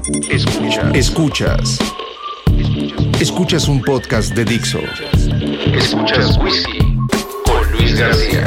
Escuchas un podcast de Dixo. Escuchas Whisky con Luis García.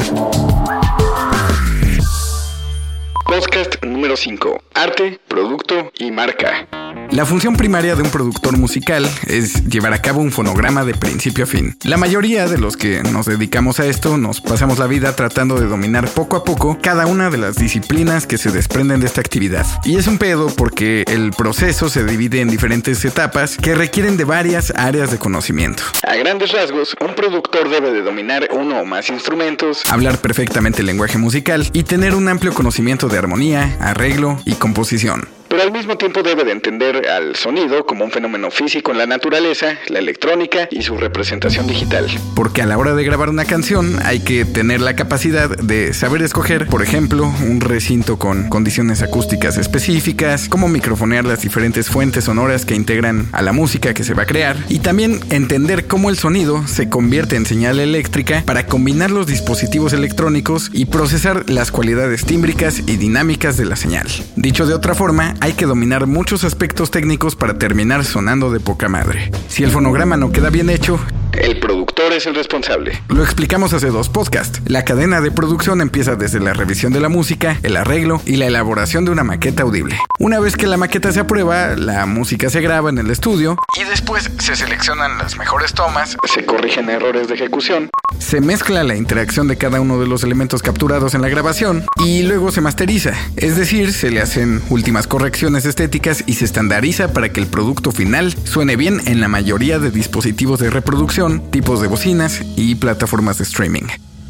Podcast número 5. Arte, producto y marca. La función primaria de un productor musical es llevar a cabo un fonograma de principio a fin. La mayoría de los que nos dedicamos a esto nos pasamos la vida tratando de dominar poco a poco cada una de las disciplinas que se desprenden de esta actividad. Y es un pedo porque el proceso se divide en diferentes etapas que requieren de varias áreas de conocimiento. A grandes rasgos, un productor debe de dominar uno o más instrumentos, hablar perfectamente el lenguaje musical y tener un amplio conocimiento de armonía, arreglo y composición. Pero al mismo tiempo debe de entender al sonido como un fenómeno físico en la naturaleza, la electrónica y su representación digital. Porque a la hora de grabar una canción hay que tener la capacidad de saber escoger, por ejemplo, un recinto con condiciones acústicas específicas, cómo microfonear las diferentes fuentes sonoras que integran a la música que se va a crear, y también entender cómo el sonido se convierte en señal eléctrica para combinar los dispositivos electrónicos y procesar las cualidades tímbricas y dinámicas de la señal. Dicho de otra forma, hay que dominar muchos aspectos técnicos para terminar sonando de poca madre. Si el fonograma no queda bien hecho, el productor es el responsable. Lo explicamos hace 2 podcasts. La cadena de producción empieza desde la revisión de la música, el arreglo y la elaboración de una maqueta audible. Una vez que la maqueta se aprueba, la música se graba en el estudio y después se seleccionan las mejores tomas, se corrigen errores de ejecución, se mezcla la interacción de cada uno de los elementos capturados en la grabación y luego se masteriza. Es decir, se le hacen últimas correcciones estéticas y se estandariza para que el producto final suene bien en la mayoría de dispositivos de reproducción, tipos de bocinas y plataformas de streaming.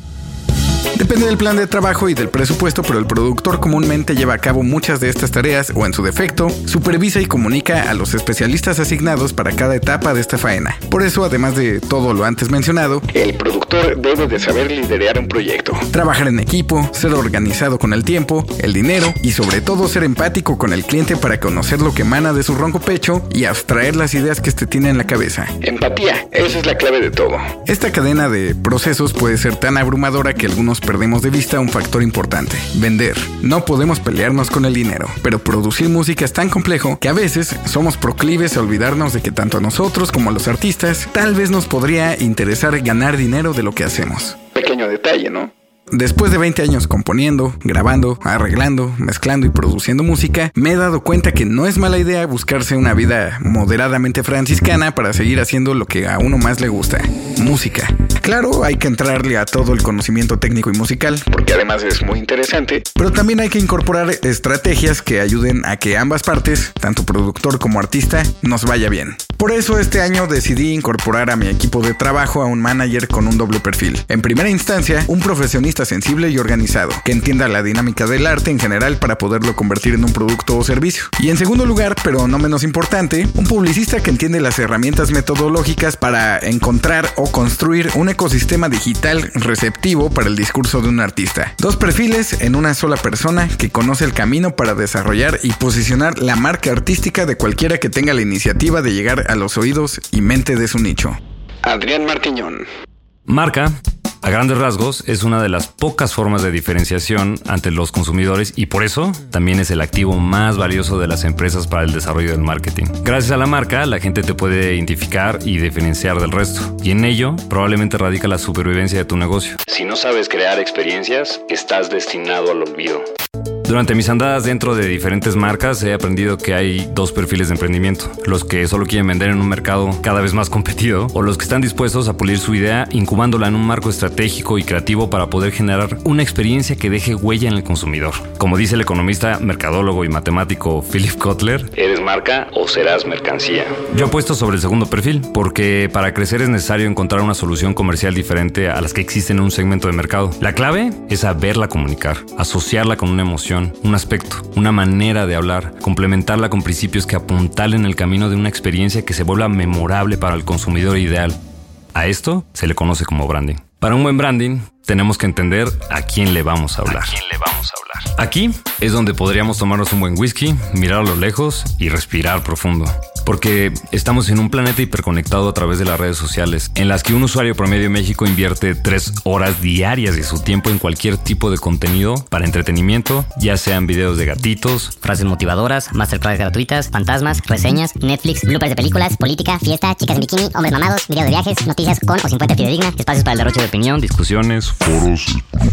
Depende del plan de trabajo y del presupuesto, pero el productor comúnmente lleva a cabo muchas de estas tareas o, en su defecto, supervisa y comunica a los especialistas asignados para cada etapa de esta faena. Por eso, además de todo lo antes mencionado, el productor debe de saber liderar un proyecto, trabajar en equipo, ser organizado con el tiempo, el dinero y sobre todo ser empático con el cliente para conocer lo que emana de su ronco pecho y abstraer las ideas que este tiene en la cabeza. Empatía, esa es la clave de todo. Esta cadena de procesos puede ser tan abrumadora que algunos perdemos de vista un factor importante: vender. No podemos pelearnos con el dinero, pero producir música es tan complejo que a veces somos proclives a olvidarnos de que tanto a nosotros como a los artistas tal vez nos podría interesar ganar dinero de lo que hacemos. Pequeño detalle, ¿no? Después de 20 años componiendo, grabando, arreglando, mezclando y produciendo música, me he dado cuenta que no es mala idea buscarse una vida moderadamente franciscana para seguir haciendo lo que a uno más le gusta: música. Claro, hay que entrarle a todo el conocimiento técnico y musical, porque además es muy interesante, pero también hay que incorporar estrategias que ayuden a que ambas partes, tanto productor como artista, nos vaya bien. Por eso este año decidí incorporar a mi equipo de trabajo a un manager con un doble perfil. En primera instancia, un profesionista sensible y organizado, que entienda la dinámica del arte en general para poderlo convertir en un producto o servicio. Y en segundo lugar, pero no menos importante, un publicista que entiende las herramientas metodológicas para encontrar o construir un ecosistema digital receptivo para el discurso de un artista. 2 perfiles en una sola persona que conoce el camino para desarrollar y posicionar la marca artística de cualquiera que tenga la iniciativa de llegar a los oídos y mente de su nicho. Adrián Martiñón. Marca, a grandes rasgos, es una de las pocas formas de diferenciación ante los consumidores y por eso también es el activo más valioso de las empresas para el desarrollo del marketing. Gracias a la marca, la gente te puede identificar y diferenciar del resto, y en ello probablemente radica la supervivencia de tu negocio. Si no sabes crear experiencias, estás destinado al olvido. Durante mis andadas dentro de diferentes marcas he aprendido que hay 2 perfiles de emprendimiento: los que solo quieren vender en un mercado cada vez más competido, o los que están dispuestos a pulir su idea incubándola en un marco estratégico y creativo para poder generar una experiencia que deje huella en el consumidor. Como dice el economista, mercadólogo y matemático Philip Kotler, ¿eres marca o serás mercancía? Yo apuesto sobre el segundo perfil, porque para crecer es necesario encontrar una solución comercial diferente a las que existen en un segmento de mercado. La clave es saberla comunicar, asociarla con una emoción, un aspecto, una manera de hablar, complementarla con principios que apuntalen el camino de una experiencia que se vuelva memorable para el consumidor ideal. A esto se le conoce como branding. Para un buen branding, tenemos que entender a quién le vamos a hablar. Aquí es donde podríamos tomarnos un buen whisky, mirar a lo lejos y respirar profundo. Porque estamos en un planeta hiperconectado a través de las redes sociales, en las que un usuario promedio en México invierte 3 horas diarias de su tiempo en cualquier tipo de contenido para entretenimiento, ya sean videos de gatitos, frases motivadoras, masterclass gratuitas, fantasmas, reseñas, Netflix, bloopers de películas, política, fiesta, chicas en bikini, hombres mamados, videos de viajes, noticias con o sin fuente fidedigna, espacios para el derroche de opinión, discusiones, foros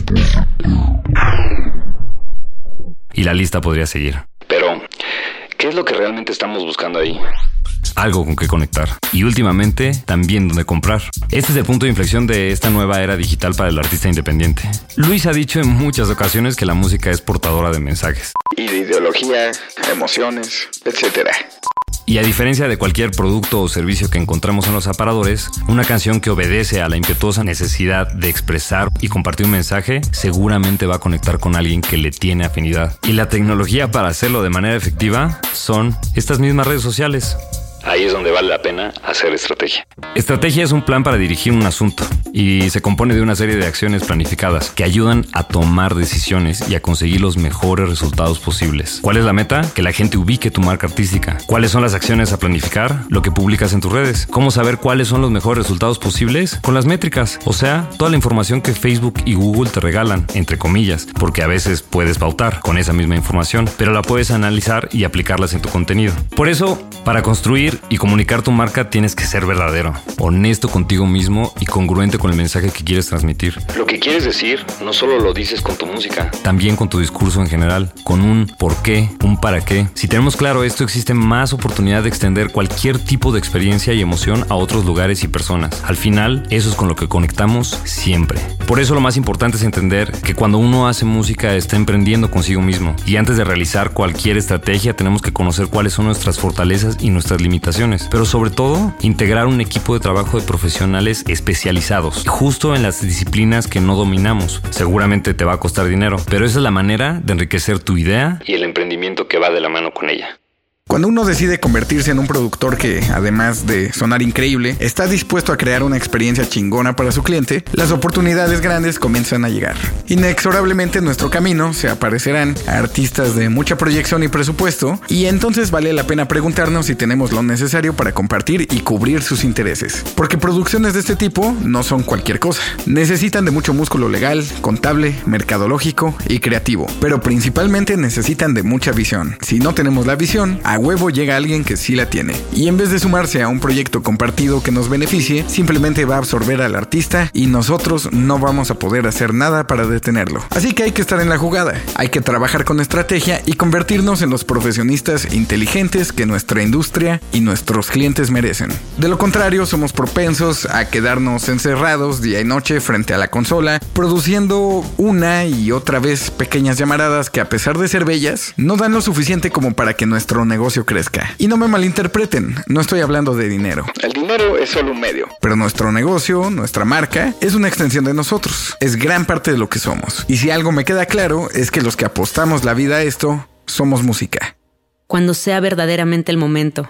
y la lista podría seguir. Pero, ¿qué es lo que realmente estamos buscando ahí? Algo con que conectar. Y últimamente, también donde comprar. Este es el punto de inflexión de esta nueva era digital para el artista independiente. Luis ha dicho en muchas ocasiones que la música es portadora de mensajes. Y de ideología, emociones, etcétera. Y a diferencia de cualquier producto o servicio que encontramos en los aparadores, una canción que obedece a la impetuosa necesidad de expresar y compartir un mensaje seguramente va a conectar con alguien que le tiene afinidad. Y la tecnología para hacerlo de manera efectiva son estas mismas redes sociales. Ahí es donde vale la pena hacer estrategia. Estrategia es un plan para dirigir un asunto y se compone de una serie de acciones planificadas que ayudan a tomar decisiones y a conseguir los mejores resultados posibles. ¿Cuál es la meta? Que la gente ubique tu marca artística. ¿Cuáles son las acciones a planificar? Lo que publicas en tus redes. ¿Cómo saber cuáles son los mejores resultados posibles? Con las métricas, o sea, toda la información que Facebook y Google te regalan, entre comillas, porque a veces puedes pautar con esa misma información, pero la puedes analizar y aplicarlas en tu contenido. Por eso, para construir y comunicar tu marca tienes que ser verdadero, honesto contigo mismo y congruente con el mensaje que quieres transmitir. Lo que quieres decir no solo lo dices con tu música, también con tu discurso en general, con un por qué, un para qué. Si tenemos claro esto, existe más oportunidad de extender cualquier tipo de experiencia y emoción a otros lugares y personas. Al final, eso es con lo que conectamos siempre. Por eso lo más importante es entender que cuando uno hace música está emprendiendo consigo mismo, y antes de realizar cualquier estrategia tenemos que conocer cuáles son nuestras fortalezas y nuestras limitaciones, pero sobre todo integrar un equipo de trabajo de profesionales especializados justo en las disciplinas que no dominamos. Seguramente te va a costar dinero, pero esa es la manera de enriquecer tu idea y el emprendimiento que va de la mano con ella. Cuando uno decide convertirse en un productor que, además de sonar increíble, está dispuesto a crear una experiencia chingona para su cliente, las oportunidades grandes comienzan a llegar. Inexorablemente en nuestro camino se aparecerán artistas de mucha proyección y presupuesto, y entonces vale la pena preguntarnos si tenemos lo necesario para compartir y cubrir sus intereses. Porque producciones de este tipo no son cualquier cosa. Necesitan de mucho músculo legal, contable, mercadológico y creativo, pero principalmente necesitan de mucha visión. Si no tenemos la visión, a huevo llega alguien que sí la tiene. Y en vez de sumarse a un proyecto compartido que nos beneficie, simplemente va a absorber al artista y nosotros no vamos a poder hacer nada para detenerlo. Así que hay que estar en la jugada. Hay que trabajar con estrategia y convertirnos en los profesionistas inteligentes que nuestra industria y nuestros clientes merecen. De lo contrario, somos propensos a quedarnos encerrados día y noche frente a la consola, produciendo una y otra vez pequeñas llamaradas que, a pesar de ser bellas, no dan lo suficiente como para que nuestro negocio crezca. Y no me malinterpreten, no estoy hablando de dinero. El dinero es solo un medio. Pero nuestro negocio, nuestra marca, es una extensión de nosotros. Es gran parte de lo que somos. Y si algo me queda claro, es que los que apostamos la vida a esto, somos música. Cuando sea verdaderamente el momento.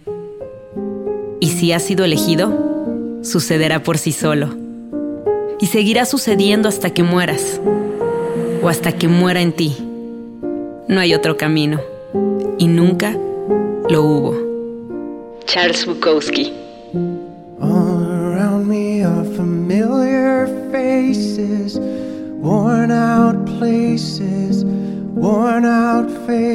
Y si has sido elegido, sucederá por sí solo. Y seguirá sucediendo hasta que mueras. O hasta que muera en ti. No hay otro camino. Y nunca lo hubo. Charles Bukowski. All around me are familiar faces, worn out places, worn out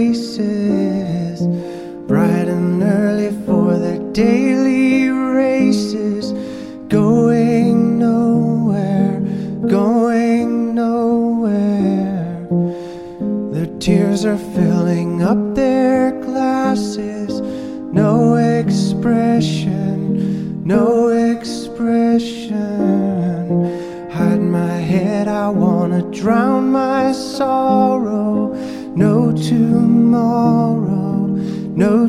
faces, bright and early for their daily races, going nowhere, going nowhere. Their tears are filling up their glasses, no expression, no expression. Hide my head, I wanna drown my sorrow. No tomorrow, no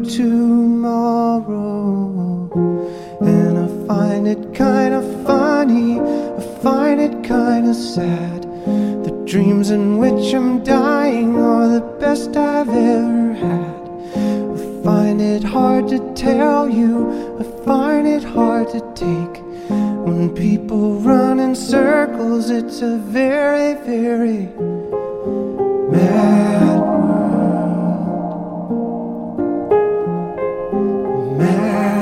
tomorrow. And I find it kinda funny, I find it kinda sad. The dreams in which I'm dying are the best I've ever had. I find it hard to tell you, I find it hard to take. When people run in circles, it's a very, very mad world. Mad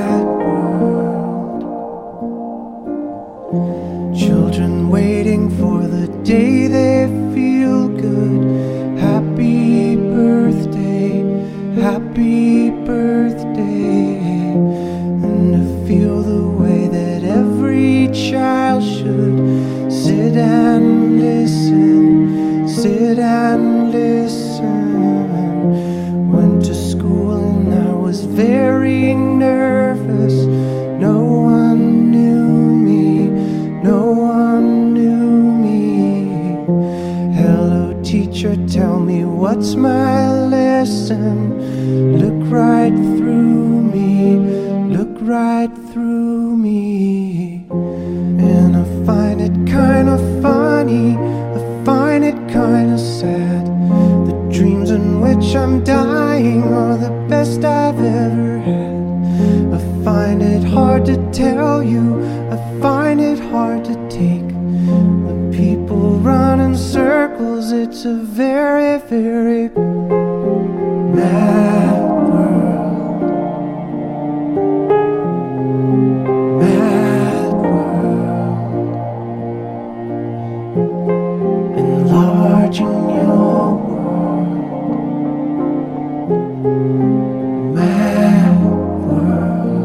It's my lesson. Look right through me. Look right through me. And I find it kind of funny. I find it kind of sad. The dreams in which I'm dying are the best I've ever had. I find it hard to tell you. I find it hard to take. The people run in circles. It's a very, very mad world. Mad world. Enlarging your world. Mad world.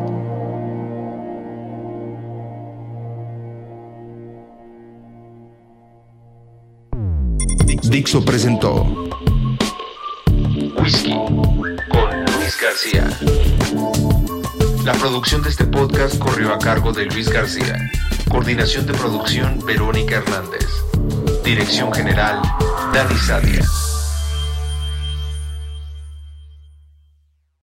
Dixo presentó Whisky con Luis García. La producción de este podcast corrió a cargo de Luis García. Coordinación de producción, Verónica Hernández. Dirección general, Dani Sadia.